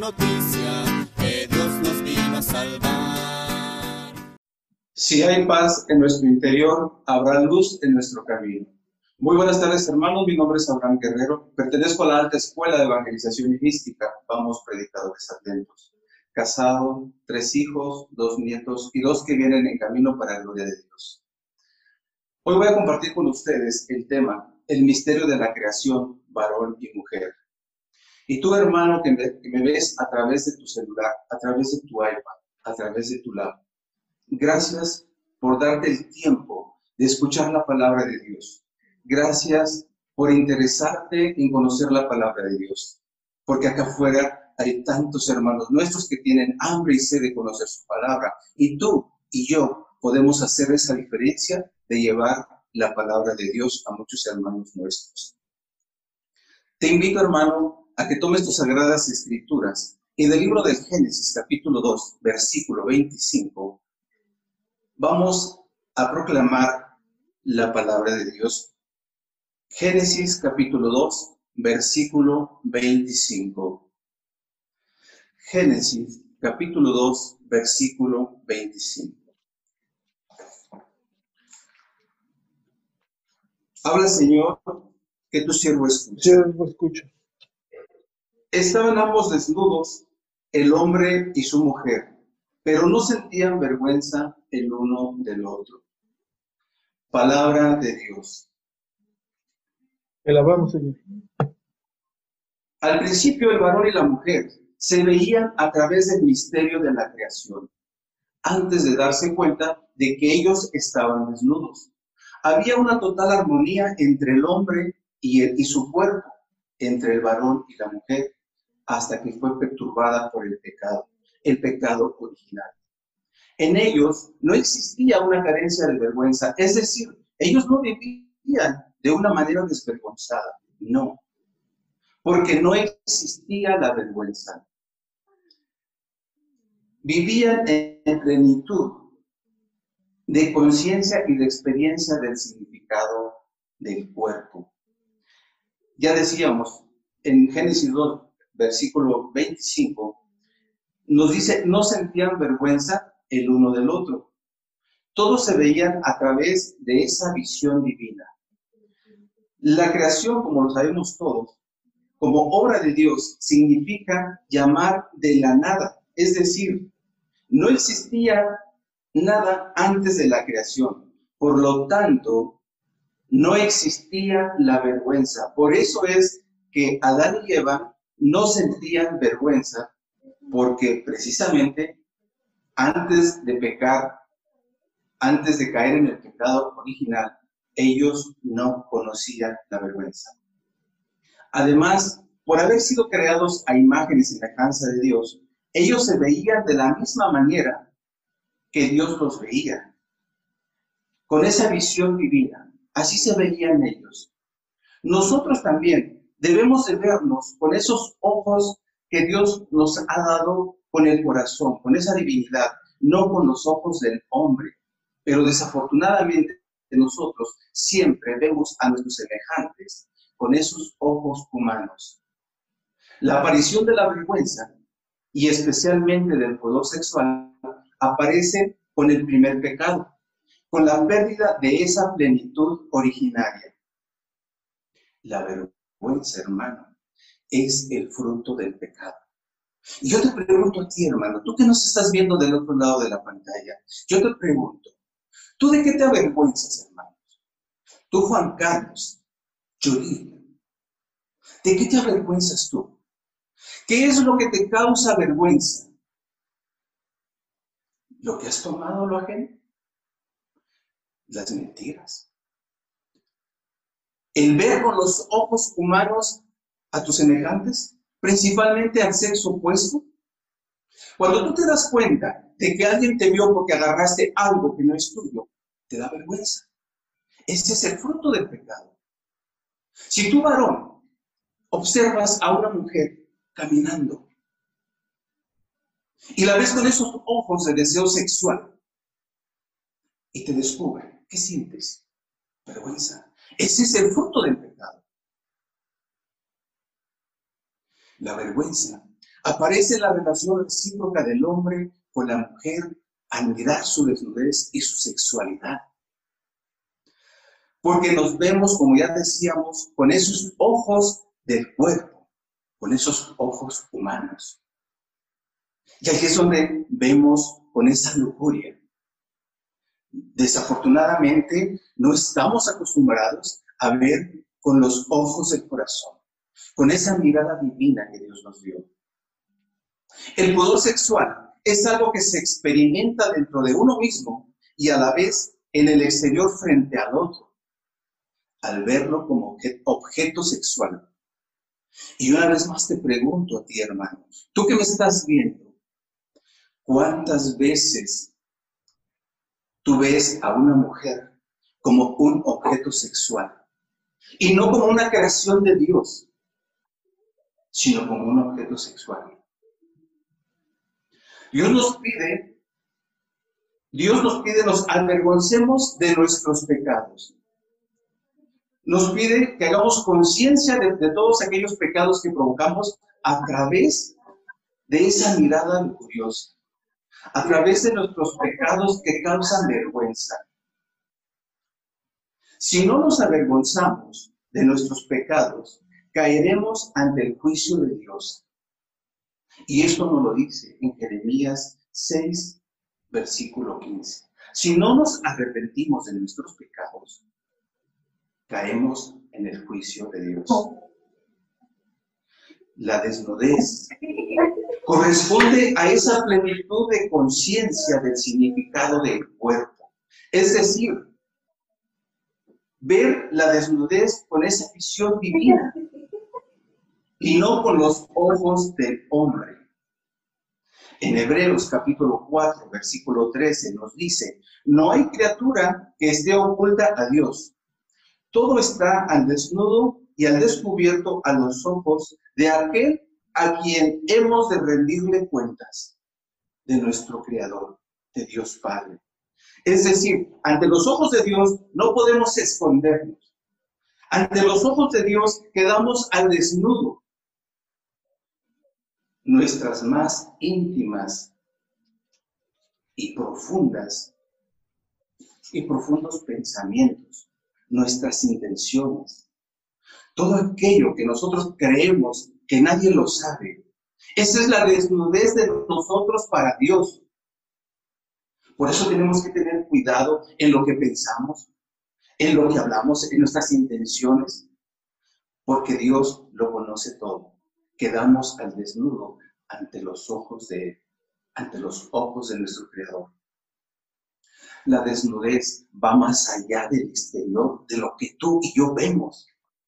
noticia que Dios nos vino a salvar. Si hay paz en nuestro interior, habrá luz en nuestro camino. Muy buenas tardes, hermanos. Mi nombre es Abraham Guerrero. Pertenezco a la Alta Escuela de Evangelización y Mística. Vamos, predicadores atentos. Casado, 3 hijos, 2 nietos y 2 que vienen en camino para la gloria de Dios. Hoy voy a compartir con ustedes el tema, el misterio de la creación, varón y mujer. Y tú, hermano, que me ves a través de tu celular, a través de tu iPad, a través de tu laptop, gracias por darte el tiempo de escuchar la palabra de Dios. Gracias por interesarte en conocer la palabra de Dios. Porque acá afuera hay tantos hermanos nuestros que tienen hambre y sed de conocer su palabra. Y tú y yo podemos hacer esa diferencia de llevar la palabra de Dios a muchos hermanos nuestros. Te invito, hermano, a que tomes tus sagradas escrituras y del libro del Génesis, capítulo 2, versículo 25, vamos a proclamar la palabra de Dios. Génesis capítulo 2, versículo 25. Génesis capítulo 2, versículo 25. Habla, Señor, que tu siervo escucha. Siervo escucha. Estaban ambos desnudos, el hombre y su mujer, pero no sentían vergüenza el uno del otro. Palabra de Dios. Te alabamos, Señor. Al principio el varón y la mujer se veían a través del misterio de la creación, antes de darse cuenta de que ellos estaban desnudos. Había una total armonía entre el hombre y su cuerpo, entre el varón y la mujer, hasta que fue perturbada por el pecado original. En ellos no existía una carencia de vergüenza, es decir, ellos no vivían de una manera desvergonzada, no, porque no existía la vergüenza. Vivían en plenitud de conciencia y de experiencia del significado del cuerpo. Ya decíamos, en Génesis 2, versículo 25, nos dice, no sentían vergüenza el uno del otro. Todos se veían a través de esa visión divina. La creación, como lo sabemos todos, como obra de Dios, significa llamar de la nada. Es decir, no existía nada antes de la creación. Por lo tanto, no existía la vergüenza. Por eso es que Adán y Eva no sentían vergüenza, porque precisamente antes de pecar, antes de caer en el pecado original, ellos no conocían la vergüenza. Además, por haber sido creados a imagen y semejanza de Dios, ellos se veían de la misma manera que Dios los veía. Con esa visión divina, así se veían ellos. Nosotros también debemos de vernos con esos ojos que Dios nos ha dado con el corazón, con esa divinidad, no con los ojos del hombre. Pero desafortunadamente nosotros siempre vemos a nuestros semejantes con esos ojos humanos. La aparición de la vergüenza, y especialmente del pudor sexual, aparece con el primer pecado, con la pérdida de esa plenitud originaria. La vergüenza, hermano, es el fruto del pecado. Y yo te pregunto a ti, hermano, tú que nos estás viendo del otro lado de la pantalla, yo te pregunto, ¿tú de qué te avergüenzas, hermanos? Tú, Juan Carlos, Judith, ¿de qué te avergüenzas tú? ¿Qué es lo que te causa vergüenza? ¿Lo que has tomado lo ajeno? Las mentiras. El ver con los ojos humanos a tus semejantes, principalmente al sexo opuesto. Cuando tú te das cuenta de que alguien te vio porque agarraste algo que no es tuyo, te da vergüenza. Ese es el fruto del pecado. Si tú, varón, observas a una mujer caminando y la ves con esos ojos de deseo sexual y te descubre, ¿qué sientes? Vergüenza. Ese es el fruto del pecado. La vergüenza Aparece la relación recíproca del hombre con la mujer al mirar su desnudez y su sexualidad. Porque nos vemos, como ya decíamos, con esos ojos del cuerpo, con esos ojos humanos. Y aquí es donde vemos con esa lujuria. Desafortunadamente, no estamos acostumbrados a ver con los ojos del corazón, con esa mirada divina que Dios nos dio. El pudor sexual es algo que se experimenta dentro de uno mismo y a la vez en el exterior frente al otro, al verlo como objeto sexual. Y una vez más te pregunto a ti, hermano, tú que me estás viendo, ¿cuántas veces tú ves a una mujer como un objeto sexual? Y no como una creación de Dios, sino como un objeto sexual. Dios nos pide nos avergoncemos de nuestros pecados. Nos pide que hagamos conciencia de todos aquellos pecados que provocamos a través de esa mirada lujuriosa, a través de nuestros pecados que causan vergüenza. Si no nos avergonzamos de nuestros pecados, caeremos ante el juicio de Dios. Y esto nos lo dice en Jeremías 6, versículo 15. Si no nos arrepentimos de nuestros pecados, caemos en el juicio de Dios. La desnudez corresponde a esa plenitud de conciencia del significado del cuerpo. Es decir, ver la desnudez con esa visión divina y no con los ojos del hombre. En Hebreos capítulo 4, versículo 13 nos dice, no hay criatura que esté oculta a Dios. Todo está al desnudo y al descubierto a los ojos de aquel a quien hemos de rendirle cuentas, de nuestro Creador, de Dios Padre. Es decir, ante los ojos de Dios no podemos escondernos. Ante los ojos de Dios quedamos al desnudo. Nuestras más íntimas y profundos pensamientos, nuestras intenciones, todo aquello que nosotros creemos que nadie lo sabe, esa es la desnudez de nosotros para Dios. Por eso tenemos que tener cuidado en lo que pensamos, en lo que hablamos, en nuestras intenciones, porque Dios lo conoce todo. Quedamos al desnudo ante los ojos de nuestro Creador. La desnudez va más allá del exterior, de lo que tú y yo vemos.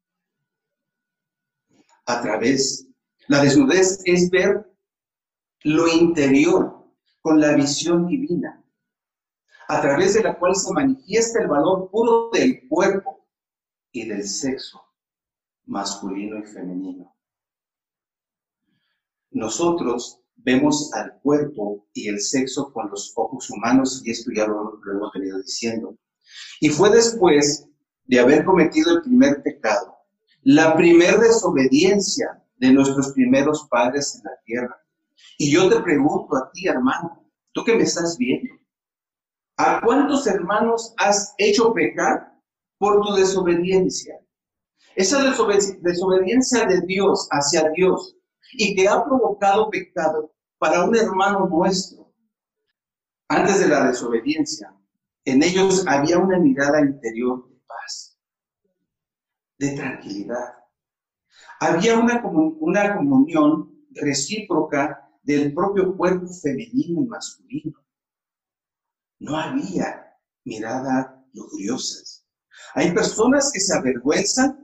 La desnudez es ver lo interior con la visión divina, a través de la cual se manifiesta el valor puro del cuerpo y del sexo masculino y femenino. Nosotros vemos al cuerpo y el sexo con los ojos humanos, y esto ya lo hemos venido diciendo. Y fue después de haber cometido el primer pecado, la primer desobediencia de nuestros primeros padres en la tierra. Y yo te pregunto a ti, hermano, tú que me estás viendo, ¿a cuántos hermanos has hecho pecar por tu desobediencia? Esa desobediencia de Dios hacia Dios, y que ha provocado pecado para un hermano nuestro. Antes de la desobediencia, en ellos había una mirada interior de paz, de tranquilidad. Había una comunión recíproca del propio cuerpo femenino y masculino. No había miradas lujuriosas. Hay personas que se avergüenzan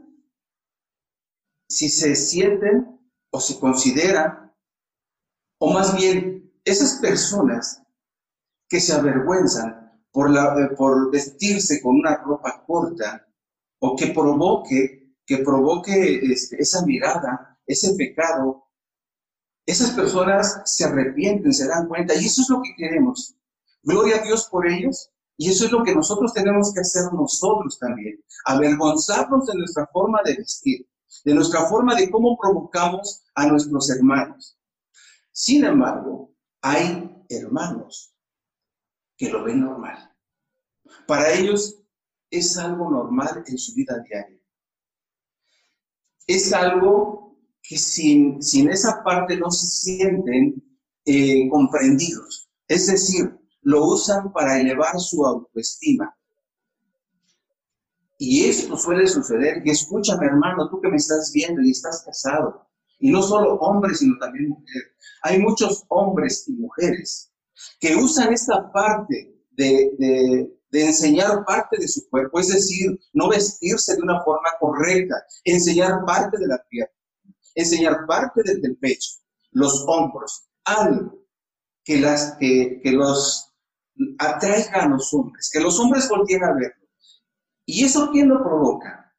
si se sienten o se consideran, o más bien, esas personas que se avergüenzan por vestirse con una ropa corta, o que provoque esa mirada, ese pecado, esas personas se arrepienten, se dan cuenta, y eso es lo que queremos. Gloria a Dios por ellos, y eso es lo que nosotros tenemos que hacer nosotros también, avergonzarnos de nuestra forma de vestir, de nuestra forma de cómo provocamos a nuestros hermanos. Sin embargo, hay hermanos que lo ven normal. Para ellos es algo normal en su vida diaria. Es algo que sin esa parte no se sienten comprendidos. Es decir, lo usan para elevar su autoestima. Y esto suele suceder, que escúchame hermano, tú que me estás viendo y estás casado, y no solo hombres, sino también mujeres. Hay muchos hombres y mujeres que usan esta parte de enseñar parte de su cuerpo, es decir, no vestirse de una forma correcta, enseñar parte de la pierna, enseñar parte del pecho, los hombros, algo que los atraiga a los hombres, que los hombres volteen a verlo. ¿Y eso quién lo provoca?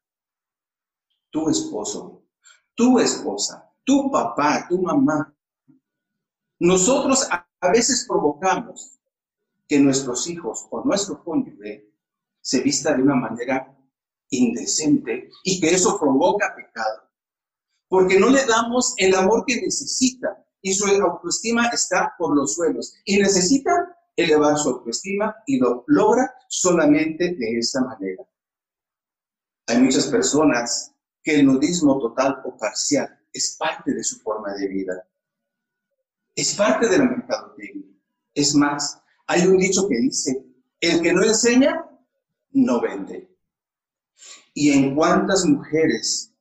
Tu esposo, tu esposa, tu papá, tu mamá. Nosotros a veces provocamos que nuestros hijos o nuestro cónyuge se vista de una manera indecente y que eso provoca pecado. Porque no le damos el amor que necesita y su autoestima está por los suelos y necesita elevar su autoestima y lo logra solamente de esa manera. Hay muchas personas que el nudismo total o parcial es parte de su forma de vida. Es parte de la mercadotecnia. Es más, hay un dicho que dice, el que no enseña, no vende. ¿Y en cuántas mujeres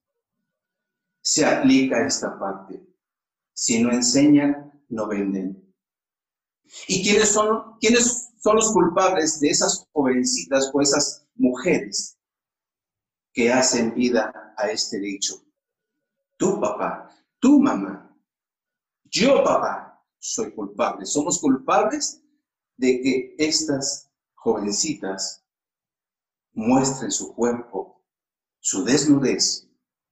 se aplica esta parte? Si no enseñan, no venden. ¿Y quiénes son los culpables de esas jovencitas o esas mujeres que hacen vida a este dicho? Tu papá, tu mamá, yo papá, soy culpable. Somos culpables de que estas jovencitas muestren su cuerpo, su desnudez,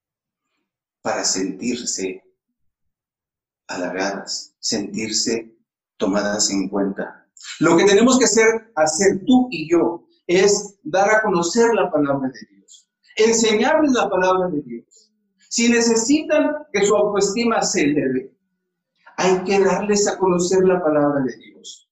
para sentirse halagadas, sentirse tomadas en cuenta. Lo que tenemos que hacer tú y yo es dar a conocer la palabra de Dios, enseñarles la palabra de Dios. Si necesitan que su autoestima se eleve, hay que darles a conocer la palabra de Dios.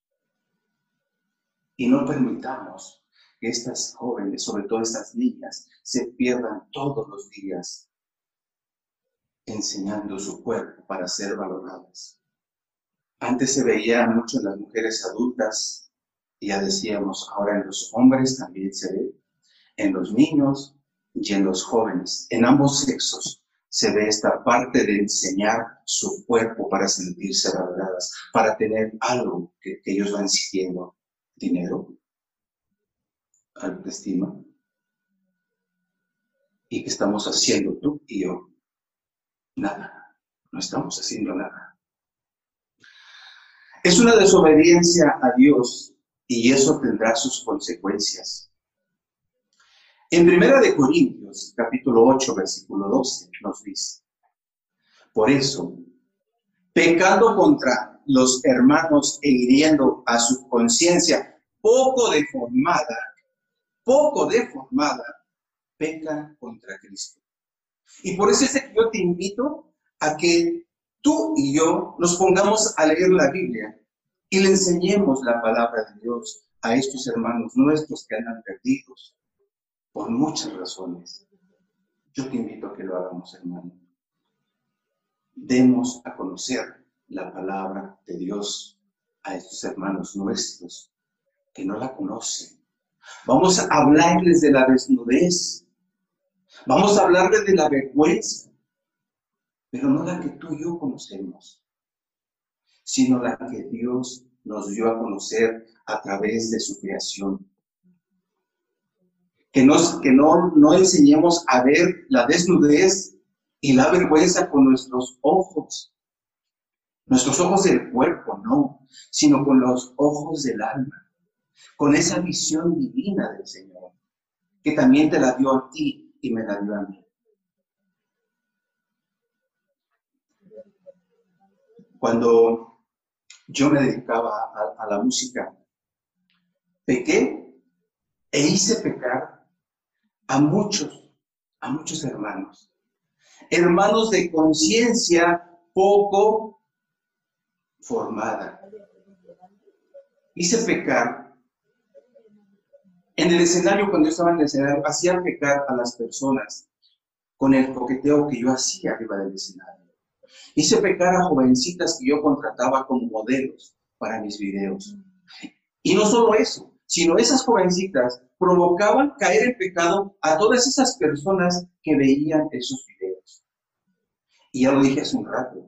Y no permitamos que estas jóvenes, sobre todo estas niñas, se pierdan todos los días enseñando su cuerpo para ser valoradas. Antes se veía mucho en las mujeres adultas, y ya decíamos, ahora en los hombres también se ve, en los niños y en los jóvenes, en ambos sexos se ve esta parte de enseñar su cuerpo para sentirse valoradas, para tener algo que ellos van siguiendo. Dinero, autoestima. ¿Y qué estamos haciendo tú y yo? Nada, no estamos haciendo nada. Es una desobediencia a Dios y eso tendrá sus consecuencias. En 1 Corintios, capítulo 8, versículo 12, nos dice, por eso, pecando contra los hermanos e hiriendo a su conciencia poco deformada, peca contra Cristo. Y por eso es que yo te invito a que tú y yo nos pongamos a leer la Biblia y le enseñemos la palabra de Dios a estos hermanos nuestros que andan perdidos por muchas razones. Yo te invito a que lo hagamos, hermano. Demos a conocer la palabra de Dios a estos hermanos nuestros que no la conocen. Vamos a hablarles de la desnudez. Vamos a hablarles de la vergüenza, pero no la que tú y yo conocemos, sino la que Dios nos dio a conocer a través de su creación. Que no enseñemos a ver la desnudez y la vergüenza con nuestros ojos del cuerpo, no, sino con los ojos del alma, con esa visión divina del Señor, que también te la dio a ti y me la dio a mí. Cuando yo me dedicaba a la música, pequé e hice pecar a muchos hermanos de conciencia poco formada. Hice pecar. En el escenario, cuando yo estaba en el escenario, hacía pecar a las personas con el coqueteo que yo hacía arriba del escenario. Hice pecar a jovencitas que yo contrataba como modelos para mis videos. Y no solo eso, sino esas jovencitas provocaban caer en pecado a todas esas personas que veían esos videos. Y ya lo dije hace un rato,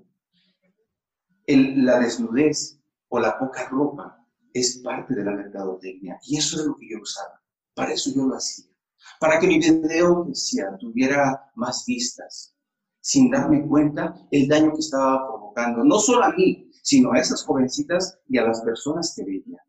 la desnudez o la poca ropa es parte de la mercadotecnia. Y eso es lo que yo usaba. Para eso yo lo hacía. Para que mi video tuviera más vistas. Sin darme cuenta el daño que estaba provocando. No solo a mí, sino a esas jovencitas y a las personas que veían.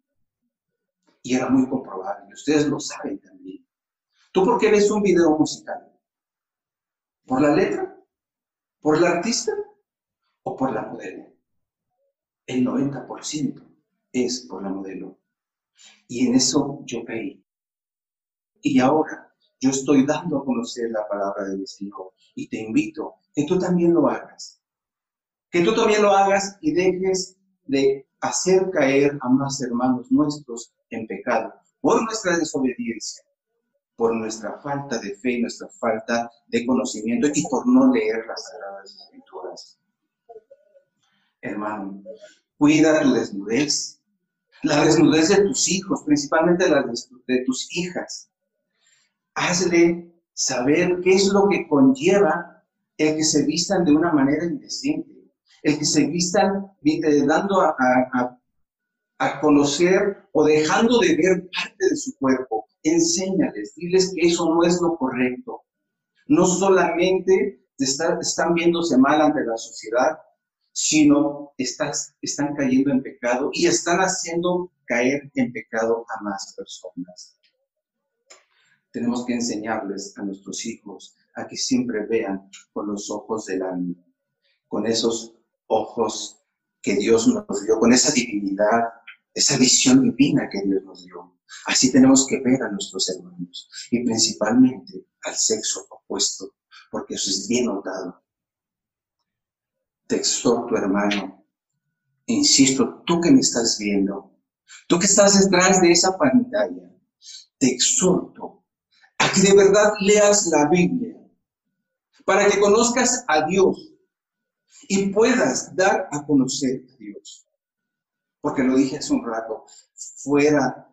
Y era muy comprobable. Ustedes lo saben también. ¿Tú por qué ves un video musical? ¿Por la letra? ¿Por el artista? ¿O por la modelo? El 90% es por la modelo. Y en eso yo caí. Y ahora yo estoy dando a conocer la palabra de mi Señor. Y te invito que tú también lo hagas. Que tú también lo hagas y dejes de hacer caer a más hermanos nuestros en pecado. Por nuestra desobediencia, por nuestra falta de fe y nuestra falta de conocimiento y por no leer las Sagradas Escrituras. Hermano, cuida tu desnudez. La desnudez de tus hijos, principalmente la de tus hijas. Hazle saber qué es lo que conlleva el que se vistan de una manera indecente, el que se vistan dando a conocer o dejando de ver parte de su cuerpo. Enséñales, diles que eso no es lo correcto. No solamente están viéndose mal ante la sociedad, sino están cayendo en pecado y están haciendo caer en pecado a más personas. Tenemos que enseñarles a nuestros hijos a que siempre vean con los ojos del alma, con esos ojos que Dios nos dio, con esa divinidad, esa visión divina que Dios nos dio. Así tenemos que ver a nuestros hermanos y principalmente al sexo opuesto, porque eso es bien notado. Te exhorto, hermano, insisto, tú que me estás viendo, tú que estás detrás de esa pantalla, te exhorto a que de verdad leas la Biblia para que conozcas a Dios y puedas dar a conocer a Dios. Porque lo dije hace un rato, fuera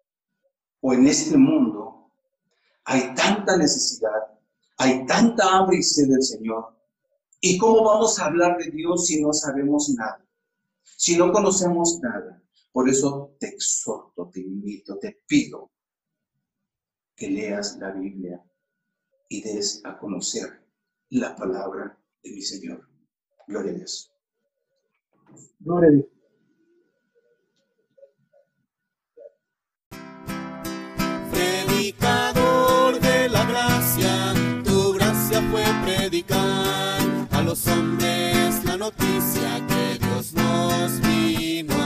o en este mundo hay tanta necesidad, hay tanta hambre y sed del Señor. ¿Y cómo vamos a hablar de Dios si no sabemos nada? Si no conocemos nada. Por eso te exhorto, te invito, te pido que leas la Biblia y des a conocer la palabra de mi Señor. Gloria a Dios. Gloria a Dios. Predicador de la gracia, tu gracia fue predicar a los hombres la noticia que Dios nos vino